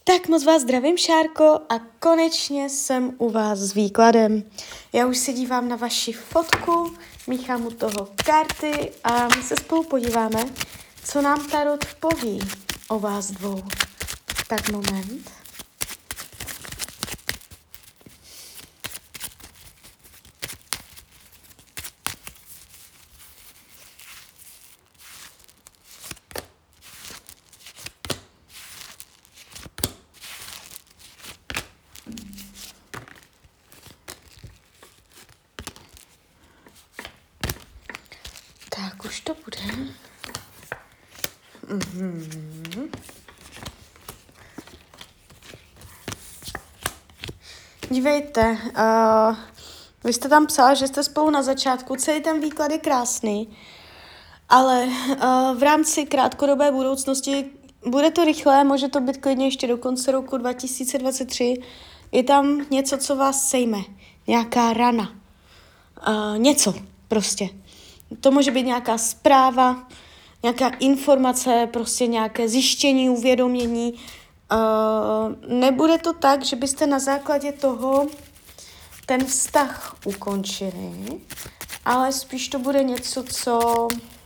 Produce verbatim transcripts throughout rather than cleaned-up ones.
Tak moc vás zdravím, Šárko, a konečně jsem u vás s výkladem. Já už se dívám na vaši fotku, míchám u toho karty a my se spolu podíváme, co nám tarot poví o vás dvou. Tak moment. Tak už to bude. Mhm. Dívejte, uh, vy jste tam psala, že jste spolu na začátku, celý ten výklad je krásný, ale uh, v rámci krátkodobé budoucnosti bude to rychlé, může to být klidně ještě do konce roku dva tisíce dvacet tři, je tam něco, co vás sejme, nějaká rana, uh, něco prostě. To může být nějaká zpráva, nějaká informace, prostě nějaké zjištění, uvědomění. Uh, nebude to tak, že byste na základě toho ten vztah ukončili, ale spíš to bude něco, co,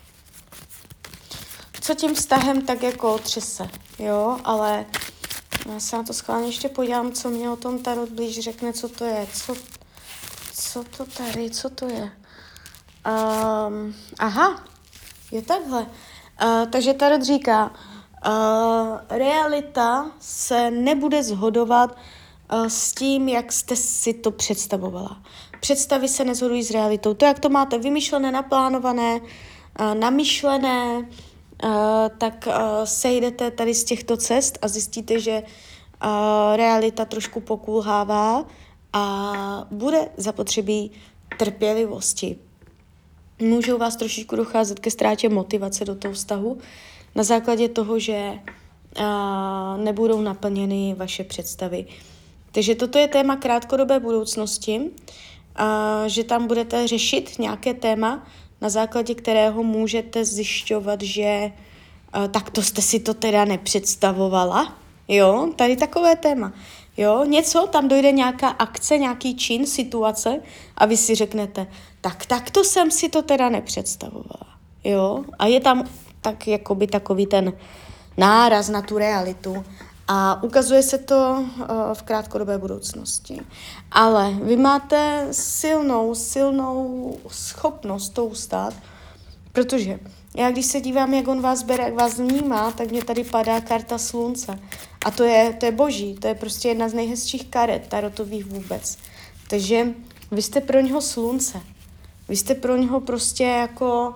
co tím vztahem tak jako otřese, jo, ale já se na to schválně ještě podívám, co mě o tom tarot blíž řekne, co to je, co, co to tady, co to je. Um, aha, je takhle. Uh, takže tarot říká, uh, realita se nebude shodovat uh, s tím, jak jste si to představovala. Představy se neshodují s realitou. To, jak to máte vymyšlené, naplánované, uh, namyšlené, uh, tak uh, sejdete tady z těchto cest a zjistíte, že uh, realita trošku pokulhává a bude zapotřebí trpělivosti. Můžou vás trošičku docházet ke ztrátě motivace do toho vztahu na základě toho, že uh, nebudou naplněny vaše představy. Takže toto je téma krátkodobé budoucnosti, uh, že tam budete řešit nějaké téma, na základě kterého můžete zjišťovat, že uh, takto jste si to teda nepředstavovala. Jo, tady takové téma. Jo, něco, tam dojde nějaká akce, nějaký čin, situace a vy si řeknete, tak takto jsem si to teda nepředstavovala. Jo, a je tam tak jakoby takový ten náraz na tu realitu a ukazuje se to uh, v krátkodobé budoucnosti. Ale vy máte silnou, silnou schopnost to ustát, protože já když se dívám, jak on vás bere, jak vás vnímá, tak mě tady padá karta slunce. A to je, to je boží, to je prostě jedna z nejhezčích karet tarotových vůbec. Takže vy jste pro něho slunce. Vy jste pro něho prostě jako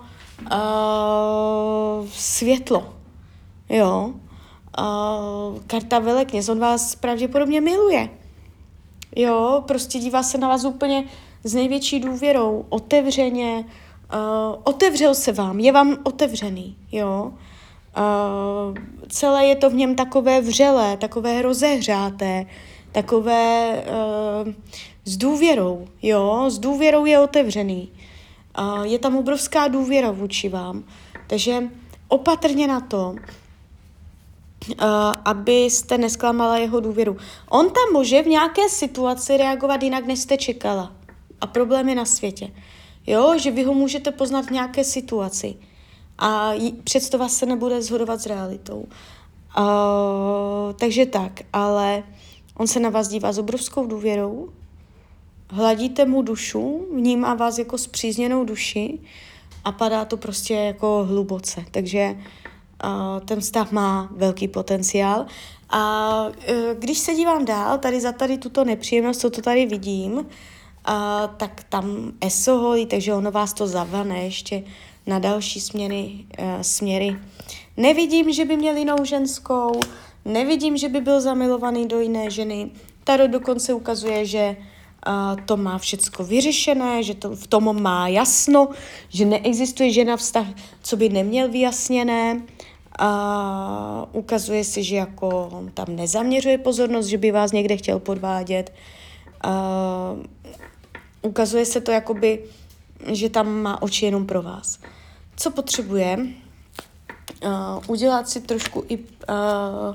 uh, světlo. Jo. Uh, karta velekněz, on vás pravděpodobně miluje. Jo, prostě dívá se na vás úplně s největší důvěrou, otevřeně, uh, otevřel se vám, je vám otevřený, jo. Uh, celé je to v něm takové vřelé, takové rozehřáté, takové uh, s důvěrou, jo, s důvěrou je otevřený. Uh, je tam obrovská důvěra vůči vám, takže opatrně na to, uh, abyste nesklamala jeho důvěru. On tam může v nějaké situaci reagovat jinak, než jste čekala. A problém je na světě. Jo, že vy ho můžete poznat v nějaké situaci. A představa se nebude shodovat s realitou. Uh, takže tak, ale on se na vás dívá s obrovskou důvěrou, hladíte mu dušu, vnímá vás jako spřízněnou duši a padá to prostě jako hluboce. Takže uh, ten vztah má velký potenciál. A uh, když se dívám dál, tady za tady tuto nepříjemnost, co to tady vidím, uh, tak tam eso holí, takže ono vás to zavane ještě na další směry, uh, směry. Nevidím, že by měl jinou ženskou, nevidím, že by byl zamilovaný do jiné ženy. Tarot dokonce ukazuje, že uh, to má všecko vyřešené, že to, v tom má jasno, že neexistuje žena vztah, co by neměl vyjasněné. Uh, ukazuje se, že jako on tam nezaměřuje pozornost, že by vás někde chtěl podvádět. Uh, ukazuje se to jakoby, že tam má oči jenom pro vás. Co potřebuje? Uh, udělat si trošku i uh,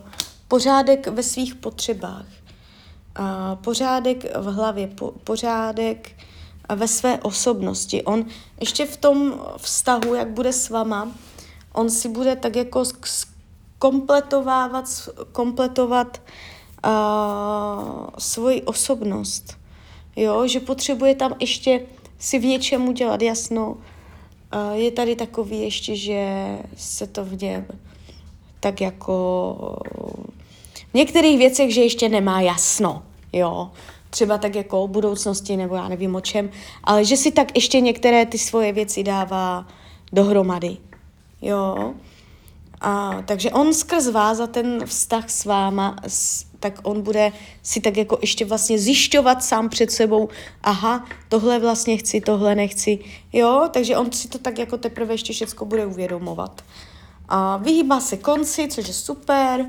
pořádek ve svých potřebách, a pořádek v hlavě, po, pořádek ve své osobnosti. On ještě v tom vztahu, jak bude s váma, on si bude tak jako kompletovávat, kompletovat uh, svoji osobnost. Jo, že potřebuje tam ještě si v něčem udělat jasno. Uh, je tady takový ještě, že se to v něm tak jako v některých věcech, že ještě nemá jasno, jo. Třeba tak jako o budoucnosti, nebo já nevím o čem, ale že si tak ještě některé ty svoje věci dává dohromady, jo. A, takže on skrz vás a ten vztah s váma, s, tak on bude si tak jako ještě vlastně zjišťovat sám před sebou, aha, tohle vlastně chci, tohle nechci, jo, takže on si to tak jako teprve ještě všecko bude uvědomovat. A vyhýbá se konci, což je super,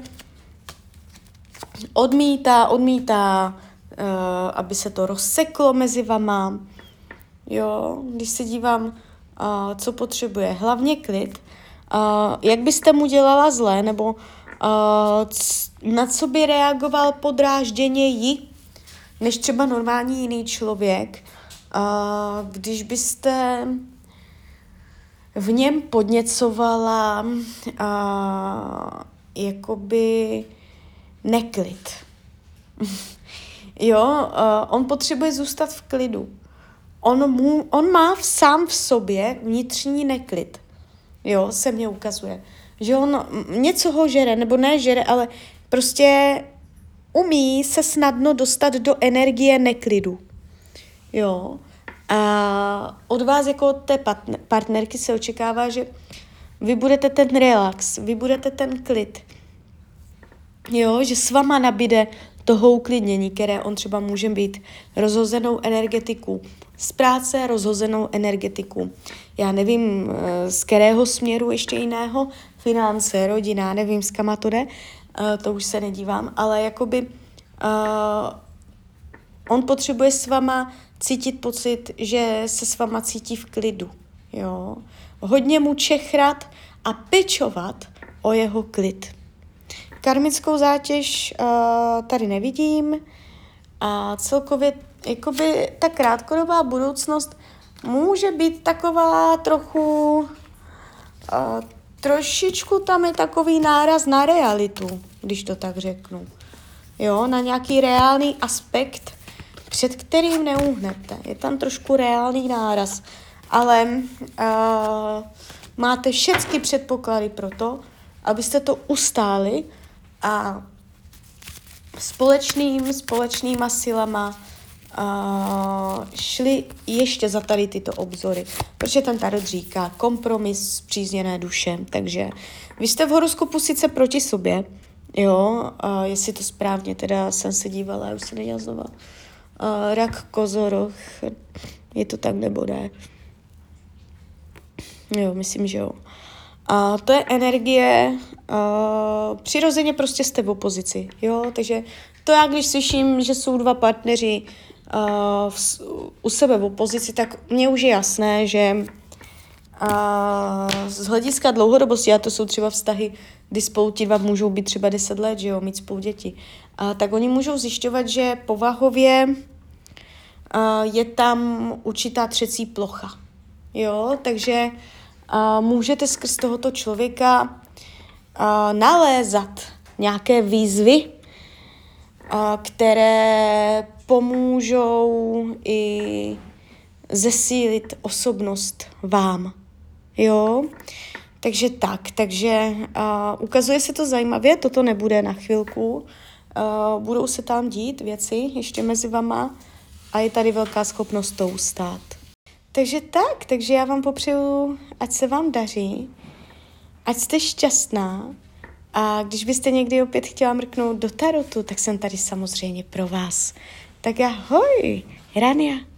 odmítá, odmítá, uh, aby se to rozseklo mezi vama, jo, když se dívám, uh, co potřebuje, hlavně klid. Uh, jak byste mu dělala zlé, nebo uh, c- na co by reagoval podrážděněji, než třeba normální jiný člověk, uh, když byste v něm podněcovala uh, jakoby neklid. Jo, uh, on potřebuje zůstat v klidu. On, mu, on má v, sám v sobě vnitřní neklid. Jo, se mně ukazuje. Že on něco ho žere, nebo ne žere, ale prostě umí se snadno dostat do energie neklidu. Jo. A od vás jako od té partnerky se očekává, že vy budete ten relax, vy budete ten klid. Jo, že s váma nabíde toho uklidnění, které on třeba může být rozhozenou energetiku z práce, rozhozenou energetiku. Já nevím, z kterého směru ještě jiného, finance, rodina, nevím, s kama to jde, to už se nedívám, ale jakoby uh, on potřebuje s váma cítit pocit, že se s váma cítí v klidu. Jo? Hodně mu čechrat a pečovat o jeho klid. Karmickou zátěž uh, tady nevidím a celkově jakoby ta krátkodobá budoucnost může být taková trochu, uh, trošičku tam je takový náraz na realitu, když to tak řeknu. Jo, na nějaký reálný aspekt, před kterým neuhnete. Je tam trošku reálný náraz, ale uh, máte všechny předpoklady pro to, abyste to ustáli a společným, společnýma silama uh, šli ještě za tady tyto obzory. Protože ten tarot říká kompromis spřízněné duše. Takže vy jste v horoskopu sice proti sobě, jo, uh, jestli to správně, teda jsem se dívala, já už se nedělala znova. Uh, rak, kozoroch, je to tak nebo ne? Jo, myslím, že jo. A to je energie, uh, přirozeně prostě jste v opozici, jo, takže to já, když slyším, že jsou dva partneři uh, v, u sebe v opozici, tak mně už je jasné, že uh, z hlediska dlouhodobosti, a to jsou třeba vztahy, kdy spolu ti dva můžou být třeba deset let, že jo, mít spolu děti, uh, tak oni můžou zjišťovat, že povahově uh, je tam určitá třecí plocha, jo, takže Uh, můžete skrz tohoto člověka uh, nalézat nějaké výzvy, uh, které pomůžou i zesílit osobnost vám. Jo? Takže tak, takže uh, ukazuje se to zajímavě, toto nebude na chvilku. Uh, budou se tam dít věci ještě mezi vama a je tady velká schopnost to ustát. Takže tak, takže já vám popřeju, ať se vám daří, ať jste šťastná a když byste někdy opět chtěla mrknout do tarotu, tak jsem tady samozřejmě pro vás. Tak ahoj, Rania.